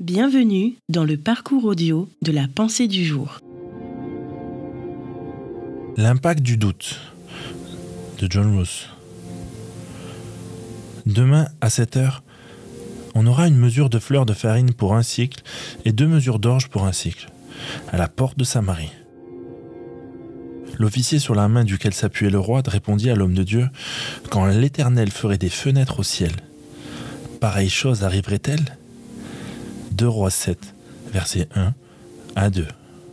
Bienvenue dans le parcours audio de la pensée du jour. L'impact du doute de John Roos. Demain à 7h, on aura une mesure de fleur de farine pour un cycle et 2 mesures d'orge pour un cycle, à la porte de Samarie. L'officier sur la main duquel s'appuyait le roi répondit à l'homme de Dieu « Quand l'Éternel ferait des fenêtres au ciel, pareille chose arriverait-elle » 2 Rois 7, versets 1 à 2.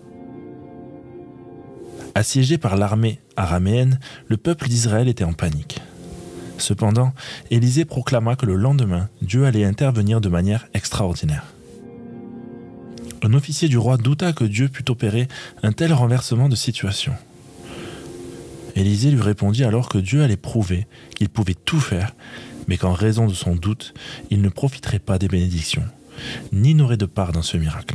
Assiégé par l'armée araméenne, le peuple d'Israël était en panique. Cependant, Élisée proclama que le lendemain, Dieu allait intervenir de manière extraordinaire. Un officier du roi douta que Dieu pût opérer un tel renversement de situation. Élisée lui répondit alors que Dieu allait prouver qu'il pouvait tout faire, mais qu'en raison de son doute, il ne profiterait pas des bénédictions, ni n'aurait de part dans ce miracle.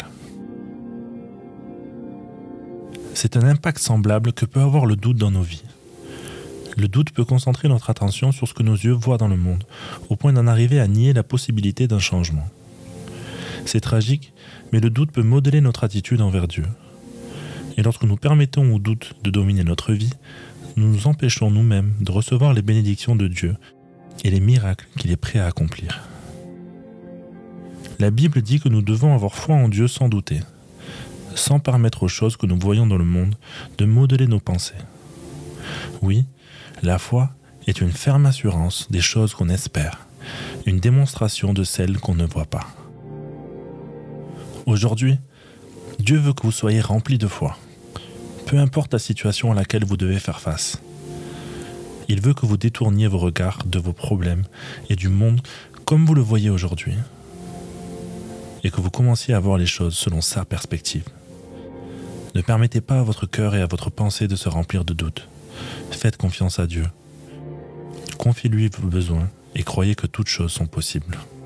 C'est un impact semblable que peut avoir le doute dans nos vies. Le doute peut concentrer notre attention sur ce que nos yeux voient dans le monde, au point d'en arriver à nier la possibilité d'un changement. C'est tragique, mais le doute peut modeler notre attitude envers Dieu. Et lorsque nous permettons au doute de dominer notre vie, nous nous empêchons nous-mêmes de recevoir les bénédictions de Dieu et les miracles qu'il est prêt à accomplir. La Bible dit que nous devons avoir foi en Dieu sans douter, sans permettre aux choses que nous voyons dans le monde de modeler nos pensées. Oui, la foi est une ferme assurance des choses qu'on espère, une démonstration de celles qu'on ne voit pas. Aujourd'hui, Dieu veut que vous soyez remplis de foi, peu importe la situation à laquelle vous devez faire face. Il veut que vous détourniez vos regards de vos problèmes et du monde comme vous le voyez aujourd'hui, et que vous commenciez à voir les choses selon sa perspective. Ne permettez pas à votre cœur et à votre pensée de se remplir de doutes. Faites confiance à Dieu. Confiez-lui vos besoins et croyez que toutes choses sont possibles.